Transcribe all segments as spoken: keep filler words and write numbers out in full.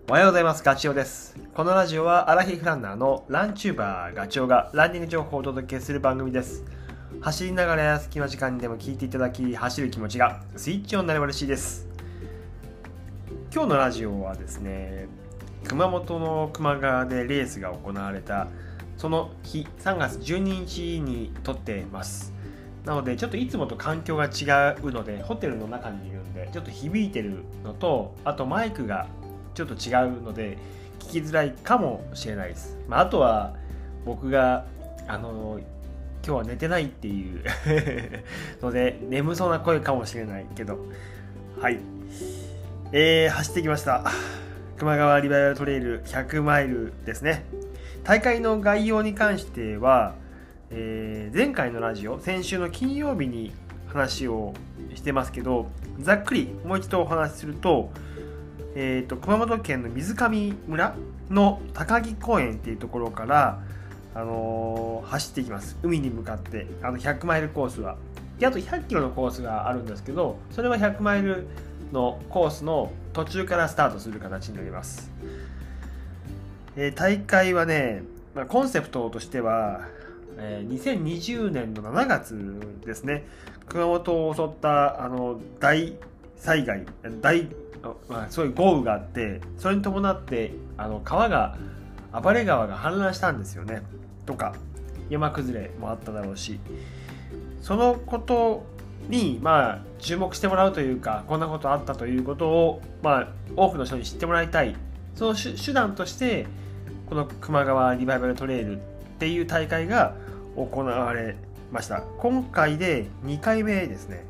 おはようございます。ガチオです。このラジオはアラヒフランナーのランチューバーガチオがランニング情報をお届けする番組です。走りながらや隙間時間にでも聞いていただき、走る気持ちがスイッチオンになれば嬉しいです。今日のラジオはですね、熊本の球磨川でレースが行われたその日さんがつじゅうににちに撮っています。なのでちょっといつもと環境が違うので、ホテルの中にいるんでちょっと響いてるのと、あとマイクがちょっと違うので聞きづらいかもしれないです。まあ、あとは僕があの今日は寝てないっていうので眠そうな声かもしれないけど、はい、えー、走ってきました。球磨川リバイバルトレイルひゃくマイルですね。大会の概要に関しては、えー、前回のラジオ先週の金曜日に話をしてますけど、ざっくりもう一度お話しすると、えーと、熊本県の水上村の高木公園っていうところから、あのー、走っていきます。海に向かって、あのひゃくマイルコースは。で、あとひゃっキロのコースがあるんですけど、それはひゃくマイルのコースの途中からスタートする形になります。えー、大会はね、まあ、コンセプトとしては、えー、にせんにじゅうねんのしちがつですね、熊本を襲ったあの大災害、大まあ、そういう豪雨があって、それに伴ってあの川が暴れ川が氾濫したんですよね。とか山崩れもあっただろうし、そのことにまあ注目してもらうというか、こんなことあったということをまあ多くの人に知ってもらいたい、その手段としてこの球磨川リバイバルトレイルっていう大会が行われました。今回でにかいめですね。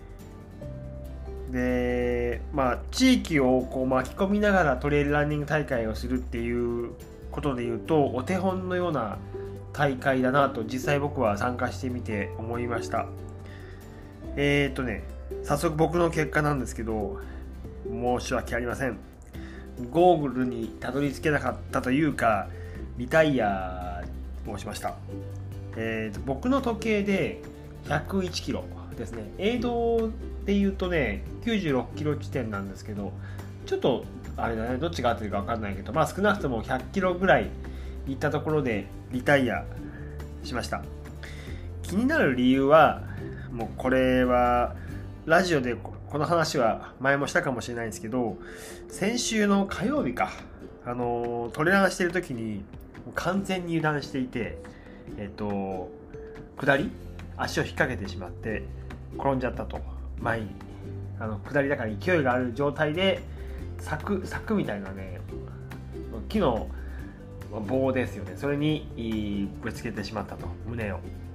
で、まあ、地域をこう巻き込みながらトレイルランニング大会をするっていうことでいうと、お手本のような大会だなと実際僕は参加してみて思いました。えーっとね早速僕の結果なんですけど、申し訳ありません。ゴーグルにたどり着けなかったというか、リタイアをしました。えー、と僕の時計でひゃくいちキロですね。映像で言うとねきゅうじゅうろっキロ地点なんですけど、ちょっとあれだね、どっちが合ってるか分かんないけど、まあ少なくともひゃっキロぐらい行ったところでリタイアしました。気になる理由は、もうこれはラジオでこの話は前もしたかもしれないんですけど、先週の火曜日か、あのトレランしてる時に完全に油断していて、えっと下り足を引っ掛けてしまって転んじゃったと。前にあの下りだから勢いがある状態で柵柵みたいなね、木の棒ですよね、それにぶつけてしまったと、胸を。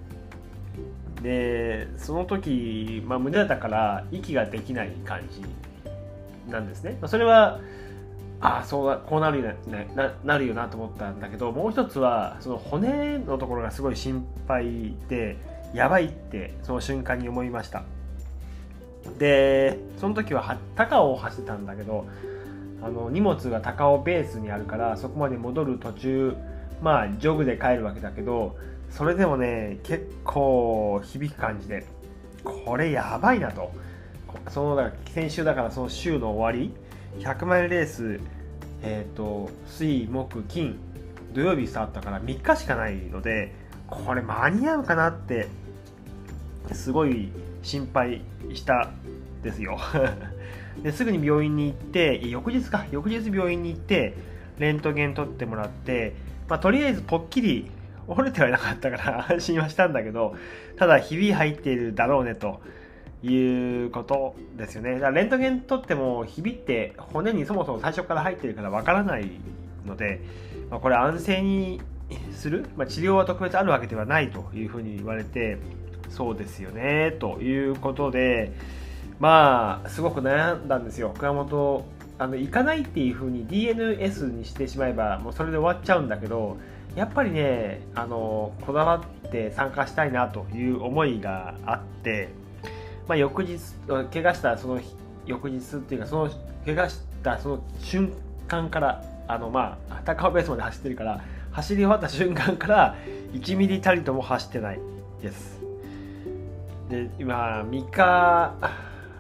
でその時、まあ、胸だから息ができない感じなんですね。それはああそうだ、こうなるよね、な、なるよなと思ったんだけど、もう一つはその骨のところがすごい心配で、やばいってその瞬間に思いました。でその時は高尾を走ってたんだけど、あの荷物が高尾ベースにあるから、そこまで戻る途中、まあジョグで帰るわけだけど、それでもね結構響く感じで、これやばいなと。そのだから先週だからその週の終わりひゃくマイルレース、えーと水木金土曜日スタートだからみっかしかないので、これ間に合うかなってすごい心配したですよですぐに病院に行って、翌日か翌日病院に行ってレントゲン取ってもらって、まあ、とりあえずポッキリ折れてはいなかったから安心はしたんだけど、ただひび入っているだろうねということですよね。だからレントゲン取ってもひびって骨にそもそも最初から入ってるからわからないので、まあ、これ安静にする、まあ、治療は特別あるわけではないというふうに言われて、そうですよねということで、まあすごく悩んだんですよ。熊本あの行かないっていう風に ディーエヌエス にしてしまえばもうそれで終わっちゃうんだけど、やっぱりねあのこだわって参加したいなという思いがあって、まあ、翌日怪我したその翌日っていうか、その怪我したその瞬間からあのまあ高尾ベースまで走ってるから、走り終わった瞬間からいちミリたりとも走ってないです。で今みっか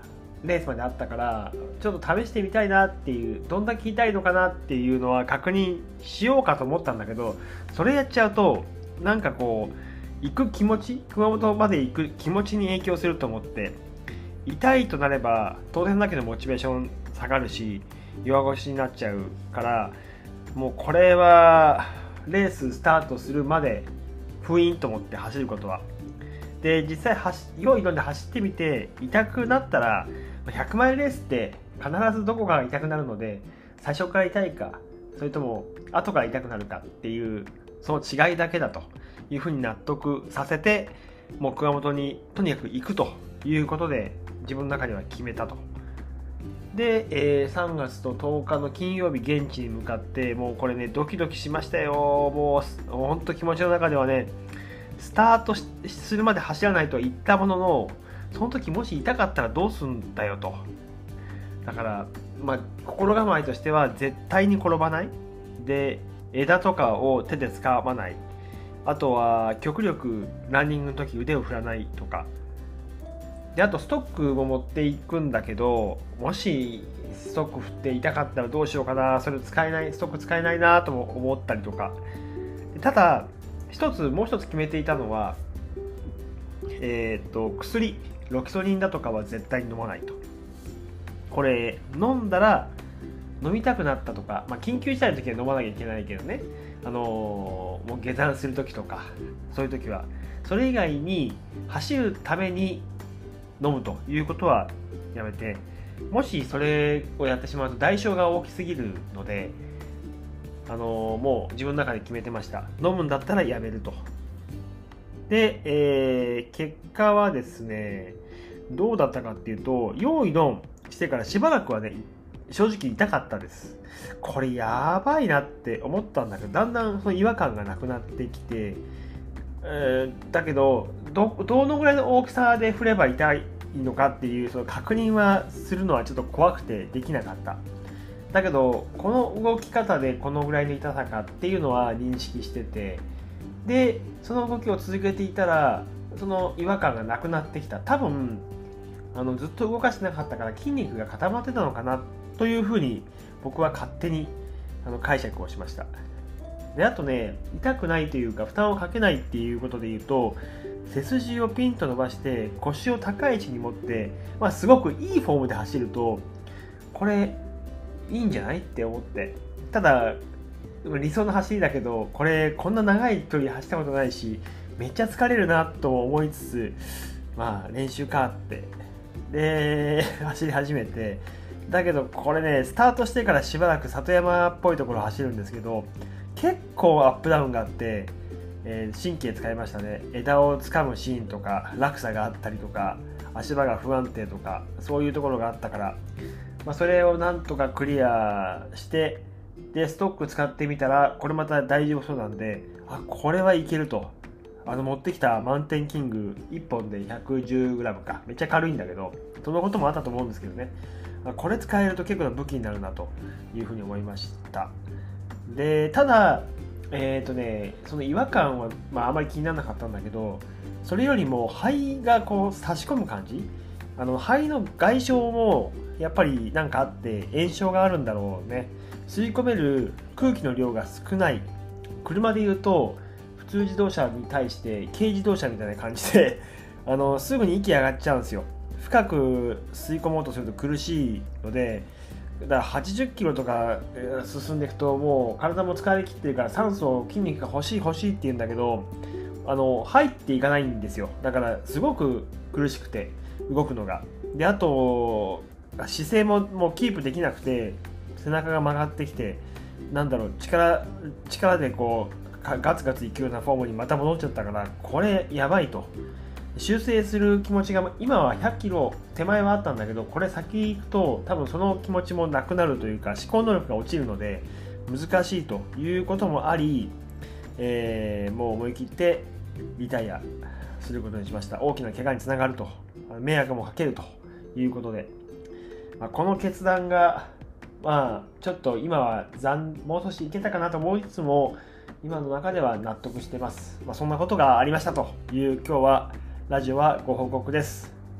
レースまであったから、ちょっと試してみたいなっていう、どんだけ痛いのかなっていうのは確認しようかと思ったんだけど、それやっちゃうとなんかこう行く気持ち、熊本まで行く気持ちに影響すると思って、痛いとなれば当然だけどモチベーション下がるし弱腰になっちゃうから、もうこれはレーススタートするまで封印と思って走ることは。で実際用意どんで走ってみて痛くなったら、ひゃくマイルレースって必ずどこかが痛くなるので、最初から痛いかそれとも後から痛くなるかっていうその違いだけだというふうに納得させて、もう熊本にとにかく行くということで自分の中では決めたと。で、えー、さんがつのとおかの金曜日現地に向かって、もうこれねドキドキしましたよ。もう本当気持ちの中ではね、スタートするまで走らないとは言ったものの、その時もし痛かったらどうすんだよと。だから、まあ、心構えとしては絶対に転ばないで、枝とかを手で使わない、あとは極力ランニングの時腕を振らないとかで、あとストックも持っていくんだけど、もしストック振って痛かったらどうしようかな、それ使えない、ストック使えないなとも思ったりとか。ただ一つもう一つ決めていたのは、えー、っと薬、ロキソニンだとかは絶対に飲まないと。これ飲んだら飲みたくなったとか、まあ、緊急事態の時は飲まなきゃいけないけどね、あのー、もう下山する時とかそういう時は、それ以外に走るために飲むということはやめて、もしそれをやってしまうと代償が大きすぎるので、あのー、もう自分の中で決めてました。飲むんだったらやめると。で、えー、結果はですね、どうだったかっていうと、用意ドンしてからしばらくはね、正直痛かったです。これやばいなって思ったんだけど、だんだんその違和感がなくなってきて、えー、だけどど、どのぐらいの大きさで振れば痛いのかっていうその確認はするのはちょっと怖くてできなかった。だけどこの動き方でこのぐらいの痛さかっていうのは認識してて、でその動きを続けていたらその違和感がなくなってきた。多分あのずっと動かしてなかったから筋肉が固まってたのかなというふうに僕は勝手にあの解釈をしました。であとね、痛くないというか負担をかけないっていうことで言うと、背筋をピンと伸ばして腰を高い位置に持って、まあ、すごくいいフォームで走るとこれいいんじゃないって思って。ただ理想の走りだけど、これこんな長い距離走ったことないしめっちゃ疲れるなと思いつつ、まあ練習かってで走り始めて、だけどこれねスタートしてからしばらく里山っぽいところを走るんですけど、結構アップダウンがあって、えー、神経使いましたね。枝を掴むシーンとか落差があったりとか足場が不安定とかそういうところがあったから、まあ、それをなんとかクリアして、でストック使ってみたらこれまた大丈夫そうなんで、あこれはいけると。あの持ってきたマウンテンキングいっぽんで ひゃくじゅうグラム か、めっちゃ軽いんだけど、そのこともあったと思うんですけどね、これ使えると結構な武器になるなというふうに思いました。でただえーとね、その違和感は、まあ、あまり気にならなかったんだけど、それよりも肺がこう差し込む感じ、あの肺の外傷もやっぱりなんかあって炎症があるんだろうね。吸い込める空気の量が少ない。車でいうと普通自動車に対して軽自動車みたいな感じであのすぐに息上がっちゃうんですよ。深く吸い込もうとすると苦しいので、だからはちじゅっキロとか進んでいくともう体も疲れ切ってるから酸素筋肉が欲しい欲しいって言うんだけど、あの入っていかないんですよ。だからすごく苦しくて動くのが。であと姿勢ももうキープできなくて背中が曲がってきて、なんだろう、力力でこうガツガツいくようなフォームにまた戻っちゃったから、これやばいと。修正する気持ちが今はひゃっキロ手前はあったんだけど、これ先行くと多分その気持ちもなくなるというか思考能力が落ちるので難しいということもあり、えー、もう思い切ってリタイアすることにしました。大きな怪我につながると、迷惑もかけるということで、まあ、この決断がまあちょっと今は残もう少しいけたかなと思いつつも今の中では納得してます。まあ、そんなことがありましたという今日はラジオはご報告です。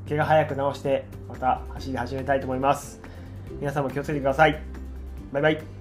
怪我早く治してまた走り始めたいと思います。皆さんも気をつけてください。バイバイ。